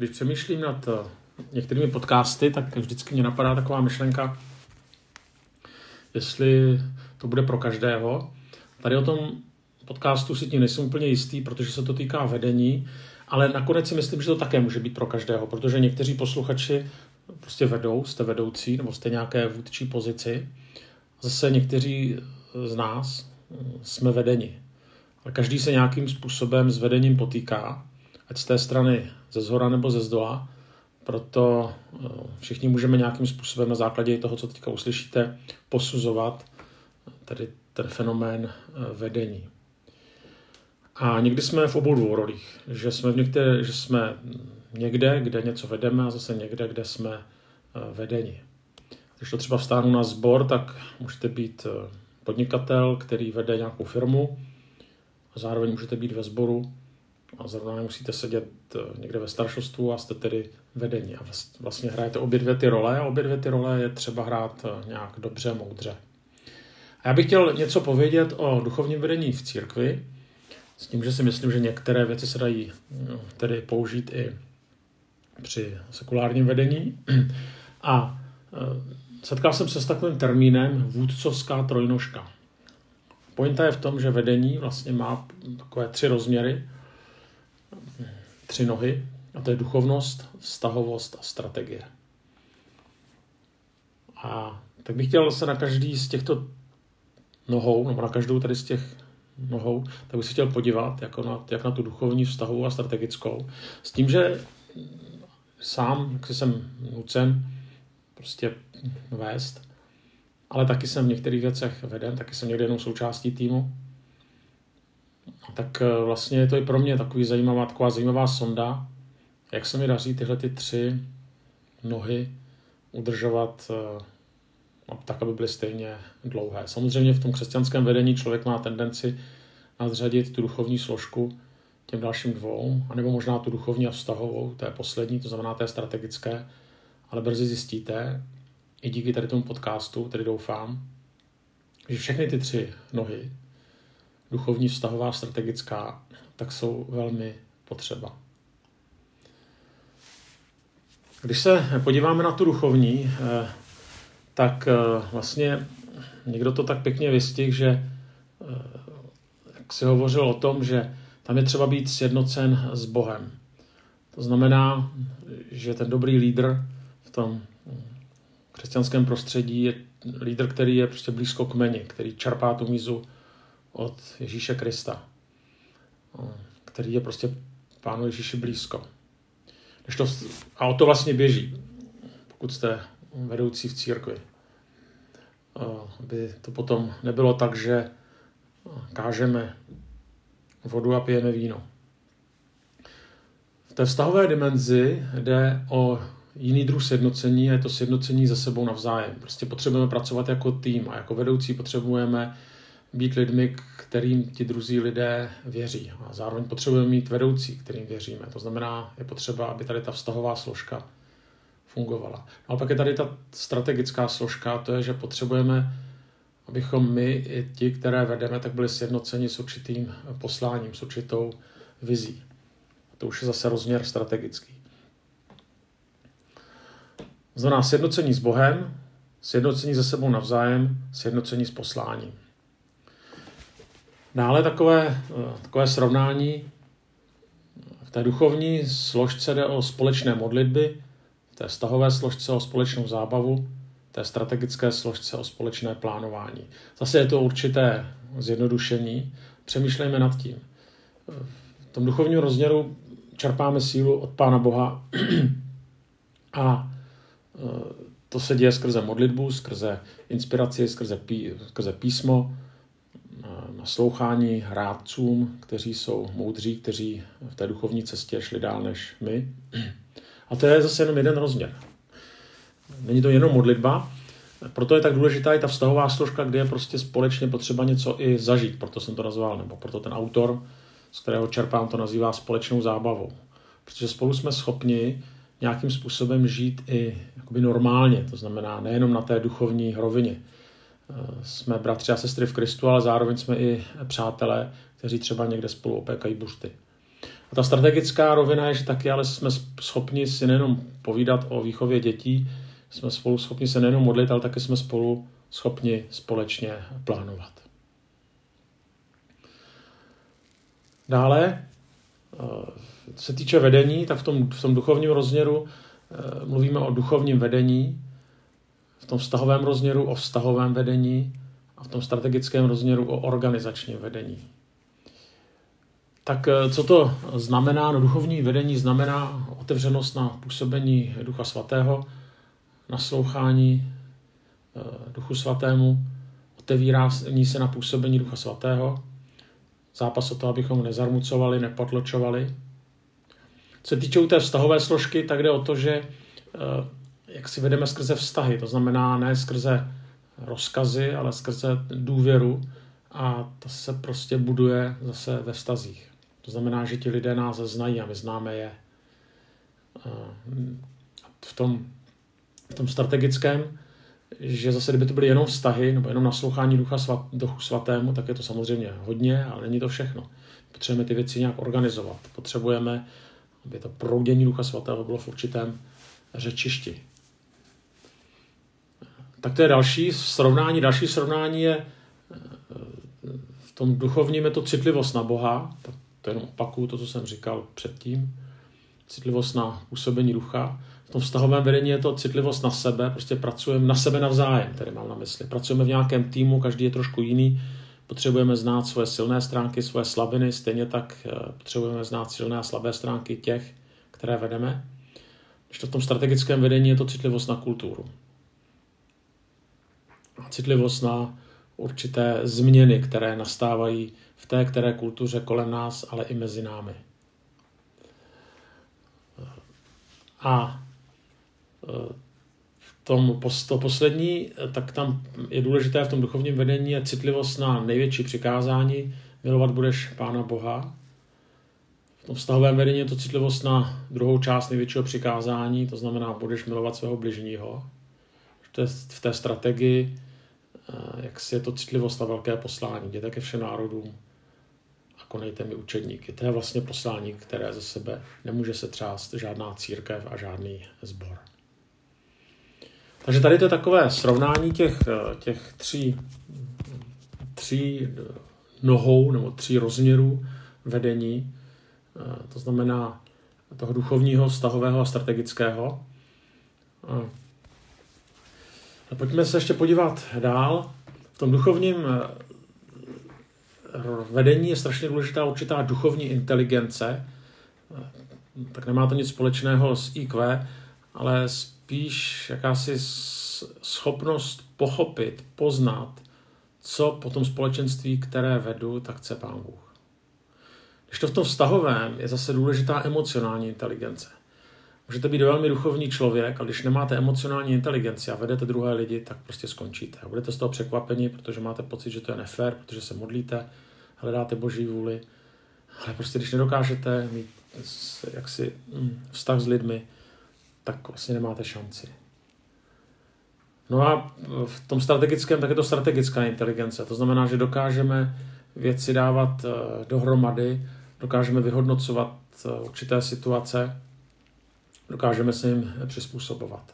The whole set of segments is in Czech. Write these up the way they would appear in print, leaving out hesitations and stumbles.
když přemýšlím nad některými podcasty, tak vždycky mě napadá taková myšlenka, jestli to bude pro každého. Tady o tom podcastu si tím nejsem úplně jistý, protože se to týká vedení, ale nakonec si myslím, že to také může být pro každého, protože někteří posluchači prostě vedou, jste vedoucí nebo jste nějaké vůdčí pozici. Zase někteří z nás jsme vedeni. Ale každý se nějakým způsobem s vedením potýká, ať z té strany ze zhora nebo ze zdola. Proto všichni můžeme nějakým způsobem na základě toho, co teďka uslyšíte, posuzovat tedy ten fenomén vedení. A někdy jsme v obou dvou rolích, že jsme někde, kde něco vedeme, a zase někde, kde jsme vedeni. Když to třeba vstáhnu na sbor, tak můžete být podnikatel, který vede nějakou firmu, a zároveň můžete být ve sboru a zrovna nemusíte sedět někde ve staršostvu a jste tedy vedení. A vlastně hrajete obě dvě ty role a obě dvě ty role je třeba hrát nějak dobře, moudře. A já bych chtěl něco povědět o duchovním vedení v církvi, s tím, že si myslím, že některé věci se dají tedy použít i při sekulárním vedení. A setkal jsem se s takovým termínem vůdcovská trojnožka. Pointa je v tom, že vedení vlastně má takové 3 rozměry, 3 nohy, a to je duchovnost, vztahovost a strategie. A tak bych chtěl se na každý z těchto nohou, nebo na každou tady z těch nohou, tak bych se chtěl podívat jak na tu duchovní, vztahovou a strategickou. S tím, že sám, jak jsem nucen prostě vést, ale taky jsem v některých věcech veden, taky jsem někde jenom součástí týmu. A tak vlastně je to i pro mě taková zajímavá sonda, jak se mi daří tyhle 3 nohy udržovat tak, aby byly stejně dlouhé. Samozřejmě v tom křesťanském vedení člověk má tendenci nadřadit tu duchovní složku těm dalším 2, anebo možná tu duchovní a vztahovou, to je poslední, to znamená té strategické, ale brzy zjistíte, i díky tady tomu podcastu, tedy doufám, že všechny ty 3 nohy, duchovní, vztahová, strategická, tak jsou velmi potřeba. Když se podíváme na tu duchovní, tak vlastně někdo to tak pěkně vystihl, že jak si hovořil o tom, že tam je třeba být sjednocen s Bohem. To znamená, že ten dobrý lídr v tom křesťanském prostředí je lídr, který je prostě blízko kmeni, který čerpá tu mízu od Ježíše Krista, který je prostě Pánu Ježíši blízko. A o to vlastně běží, pokud jste vedoucí v církvi. Aby to potom nebylo tak, že kážeme vodu a pijeme víno. V té vztahové dimenzi jde o jiný druh sjednocení a je to sjednocení se sebou navzájem. Prostě potřebujeme pracovat jako tým a jako vedoucí potřebujeme být lidmi, kterým ti druzí lidé věří. A zároveň potřebujeme mít vedoucí, kterým věříme. To znamená, je potřeba, aby tady ta vztahová složka fungovala. No a pak je tady ta strategická složka, to je, že potřebujeme, abychom my i ti, které vedeme, tak byli sjednoceni s určitým posláním, s určitou vizí. A to už je zase rozměr strategický. Znamená sjednocení s Bohem, sjednocení se sebou navzájem, sjednocení s posláním. Dále takové srovnání. V té duchovní složce jde o společné modlitby, v té vztahové složce o společnou zábavu, v té strategické složce o společné plánování. Zase je to určité zjednodušení. Přemýšlejme nad tím. V tom duchovním rozměru čerpáme sílu od Pána Boha a to se děje skrze modlitbu, skrze inspiraci, skrze písmo, naslouchání rádcům, kteří jsou moudří, kteří v té duchovní cestě šli dál než my. A to je zase jenom jeden rozměr. Není to jenom modlitba, proto je tak důležitá i ta vztahová složka, kde je prostě společně potřeba něco i zažít, proto jsem to nazval, nebo proto ten autor, z kterého čerpám, to nazývá společnou zábavou. Protože spolu jsme schopni nějakým způsobem žít i jakoby normálně, to znamená nejenom na té duchovní rovině. Jsme bratři a sestry v Kristu, ale zároveň jsme i přátelé, kteří třeba někde spolu opékají buřty. A ta strategická rovina je, že taky ale jsme schopni si nejenom povídat o výchově dětí, jsme spolu schopni se nejenom modlit, ale taky jsme spolu schopni společně plánovat. Dále, co se týče vedení, tak v tom duchovním rozměru mluvíme o duchovním vedení, v tom vztahovém rozměru o vztahovém vedení a v tom strategickém rozměru o organizačním vedení. Tak co to znamená? No, duchovní vedení znamená otevřenost na působení Ducha Svatého, naslouchání Duchu Svatému, otevírání se na působení Ducha Svatého, zápas o to, abychom nezarmucovali, nepotločovali. Co se týče té vztahové složky, tak jde o to, že jak si vedeme skrze vztahy, to znamená ne skrze rozkazy, ale skrze důvěru a to se prostě buduje zase ve vztazích. To znamená, že ti lidé nás znají a my známe je. V tom strategickém, že zase kdyby to byly jenom vztahy nebo jenom naslouchání Duchu Svatému, tak je to samozřejmě hodně, ale není to všechno. Potřebujeme ty věci nějak organizovat. Potřebujeme, aby to proudění Ducha Svatého bylo v určitém řečišti. Tak to je další srovnání. Další srovnání je v tom duchovním je to citlivost na Boha. To jenom opakuju to, co jsem říkal předtím. Citlivost na působení ducha. V tom vztahovém vedení je to citlivost na sebe. Prostě pracujeme na sebe navzájem, tedy mám na mysli. Pracujeme v nějakém týmu, každý je trošku jiný. Potřebujeme znát svoje silné stránky, svoje slabiny. Stejně tak potřebujeme znát silné a slabé stránky těch, které vedeme. Když to v tom strategickém vedení je to citlivost na kulturu. A citlivost na určité změny, které nastávají v té které kultuře kolem nás, ale i mezi námi. A to poslední, tak tam je důležité v tom duchovním vedení je citlivost na největší přikázání, milovat budeš Pána Boha. V tom vztahovém vedení je to citlivost na druhou část největšího přikázání, to znamená, budeš milovat svého bližního. V té strategii, jak si je to citlivost na velké poslání. Jděte ke všem národům a konejte mi učedníky. To je vlastně poslání, které ze sebe nemůže se třást žádná církev a žádný sbor. Takže tady to je takové srovnání těch tří nohou nebo tří rozměrů vedení. To znamená toho duchovního, vztahového a strategického. A pojďme se ještě podívat dál. V tom duchovním vedení je strašně důležitá určitá duchovní inteligence. Tak nemá to nic společného s IQ, ale spíš jakási schopnost pochopit, poznat, co po tom společenství, které vedu, tak chce Pán Bůh. Když to v tom vztahovém je zase důležitá emocionální inteligence. Můžete být velmi duchovní člověk, a když nemáte emocionální inteligenci a vedete druhé lidi, tak prostě skončíte. A budete z toho překvapeni, protože máte pocit, že to je nefér, protože se modlíte, hledáte Boží vůli. Ale prostě když nedokážete mít jaksi vztah s lidmi, tak vlastně nemáte šanci. No a v tom strategickém, tak je to strategická inteligence. To znamená, že dokážeme věci dávat dohromady, dokážeme vyhodnocovat určité situace, dokážeme se jim přizpůsobovat.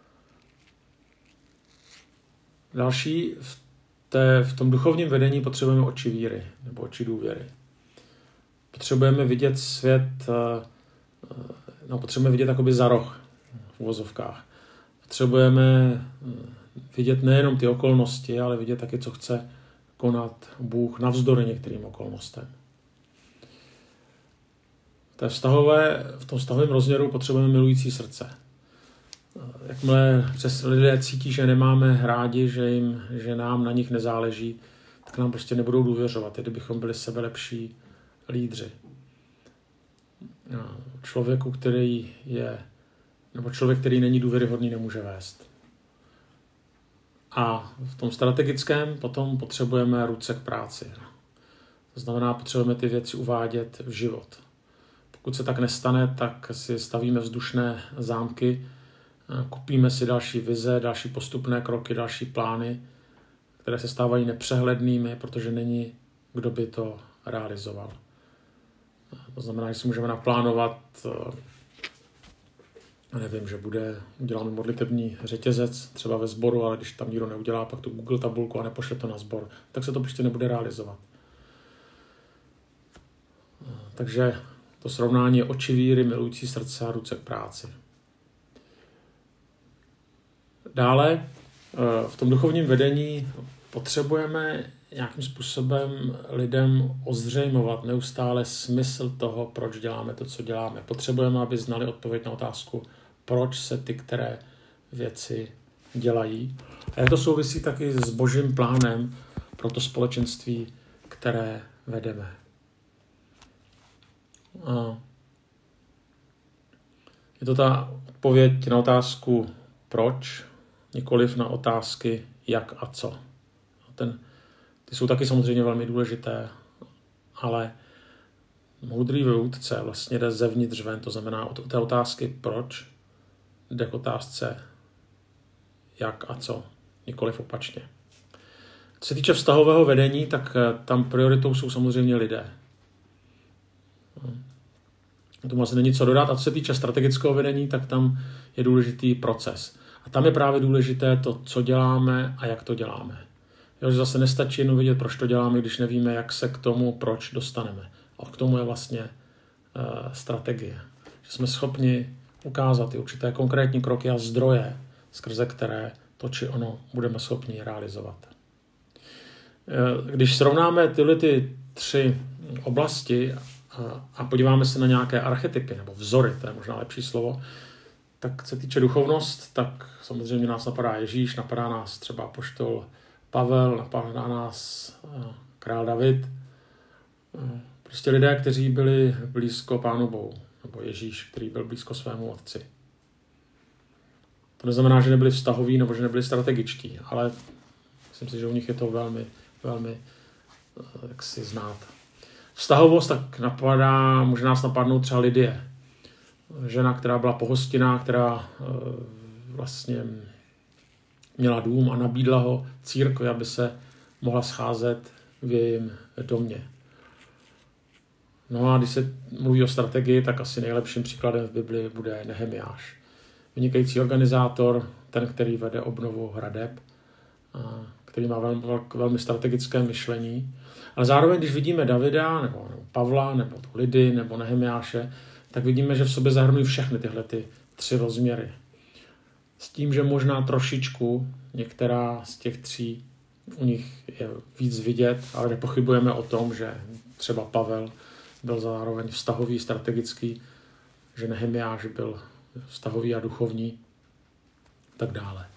Další, v tom duchovním vedení potřebujeme oči víry, nebo oči důvěry. Potřebujeme vidět svět, potřebujeme vidět jakoby za roh v uvozovkách. Potřebujeme vidět nejenom ty okolnosti, ale vidět taky, co chce konat Bůh navzdory některým okolnostem. V tom vztahovém rozměru potřebujeme milující srdce. Jakmile přes lidé cítí, že nemáme rádi, že nám na nich nezáleží, tak nám prostě nebudou důvěřovat, i kdybychom byli sebelepší lídři. Člověk, který není důvěryhodný, nemůže vést. A v tom strategickém potom potřebujeme ruce k práci. To znamená, potřebujeme ty věci uvádět v život. Pokud se tak nestane, tak si stavíme vzdušné zámky, kupíme si další vize, další postupné kroky, další plány, které se stávají nepřehlednými, protože není kdo by to realizoval. To znamená, že si můžeme naplánovat, nevím, že uděláme modlitební řetězec třeba ve sboru, ale když tam nikdo neudělá pak tu Google tabulku a nepošle to na sbor, tak se to prostě nebude realizovat. Takže to srovnání je oči víry, milující srdce a ruce k práci. Dále v tom duchovním vedení potřebujeme nějakým způsobem lidem ozřejmovat neustále smysl toho, proč děláme to, co děláme. Potřebujeme, aby znali odpověď na otázku, proč se ty které věci dělají. A jak to souvisí taky s Božím plánem pro to společenství, které vedeme. A je to ta odpověď na otázku proč, nikoliv na otázky jak a co. Ty jsou taky samozřejmě velmi důležité, ale moudrý vůdce vlastně jde zevnitř ven, to znamená od té otázky proč jde k otázce jak a co, nikoliv opačně. Co se týče vztahového vedení, tak tam prioritou jsou samozřejmě lidé. Tomu asi není co dodat. A co se týče strategického vedení, tak tam je důležitý proces. A tam je právě důležité to, co děláme a jak to děláme. Jo, že zase nestačí jenom vědět, proč to děláme, když nevíme, jak se k tomu proč dostaneme. A k tomu je vlastně strategie. Že jsme schopni ukázat i určité konkrétní kroky a zdroje, skrze které to či ono budeme schopni realizovat. Když srovnáme tyhle tři oblasti a podíváme se na nějaké archetypy nebo vzory, to je možná lepší slovo, tak se týče duchovnost, tak samozřejmě nás napadá Ježíš, napadá nás třeba apoštol Pavel, napadá nás král David. Prostě lidé, kteří byli blízko Pánu Bohu, nebo Ježíš, který byl blízko svému otci. To neznamená, že nebyli vztahoví nebo že nebyli strategičtí, ale myslím si, že u nich je to velmi, velmi jak si znát. Vztahovost tak může nás napadnout třeba Lidie. Žena, která byla pohostinná, která vlastně měla dům a nabídla ho církvi, aby se mohla scházet v jejím domě. No a když se mluví o strategii, tak asi nejlepším příkladem v Biblii bude Nehemiáš. Vynikající organizátor, ten, který vede obnovu hradeb, který má velmi strategické myšlení. Ale zároveň, když vidíme Davida, nebo Pavla, nebo tu Lidy, nebo Nehemiáše, tak vidíme, že v sobě zahrnují všechny tyhle tři rozměry. S tím, že možná trošičku některá z těch tří u nich je víc vidět, ale nepochybujeme o tom, že třeba Pavel byl zároveň vztahový, strategický, že Nehemiáš byl vztahový a duchovní, tak dále.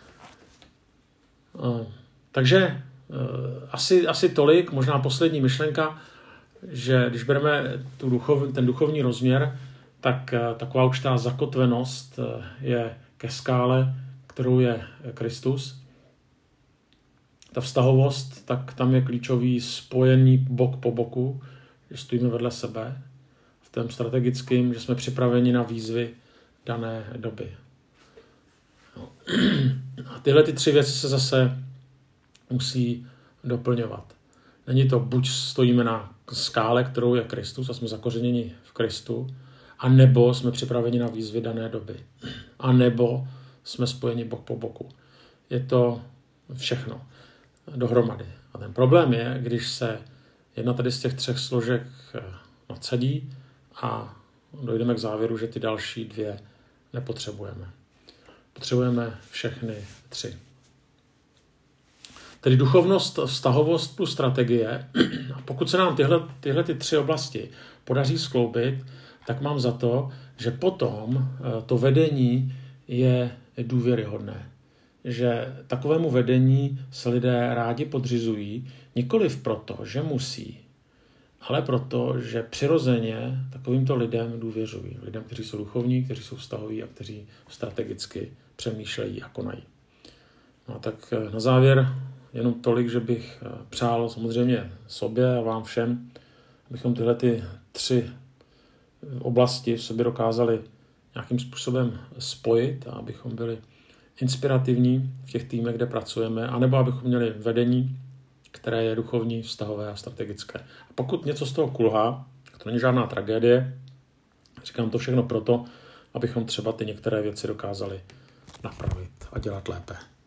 Takže asi tolik, možná poslední myšlenka, že když bereme ten duchovní rozměr, tak taková určitá zakotvenost je ke skále, kterou je Kristus. Ta vztahovost, tak tam je klíčový spojení bok po boku, že stojíme vedle sebe, v tom strategickém, že jsme připraveni na výzvy dané doby. No. A tyhle tři věci se zase musí doplňovat. Není to buď stojíme na skále, kterou je Kristus a jsme zakořeněni v Kristu, a nebo jsme připraveni na výzvy dané doby. A nebo jsme spojeni bok po boku. Je to všechno dohromady. A ten problém je, když se jedna tady z těch třech složek nadsadí a dojdeme k závěru, že ty další dvě nepotřebujeme. Potřebujeme všechny tři. Tedy duchovnost, vztahovost plus strategie. A pokud se nám tyhle tři oblasti podaří skloubit, tak mám za to, že potom to vedení je důvěryhodné. Že takovému vedení se lidé rádi podřizují, nikoliv proto, že musí, ale proto, že přirozeně takovýmto lidem důvěřují. Lidem, kteří jsou duchovní, kteří jsou vztahoví a kteří strategicky přemýšlejí a konají. No, tak na závěr jenom tolik, že bych přál samozřejmě sobě a vám všem, abychom tyhle tři oblasti v sobě dokázali nějakým způsobem spojit a abychom byli inspirativní v těch týmech, kde pracujeme, anebo abychom měli vedení, které je duchovní, vztahové a strategické. A pokud něco z toho kulhá, To není žádná tragédie. Říkám to všechno proto, abychom třeba ty některé věci dokázali napravit a dělat lépe.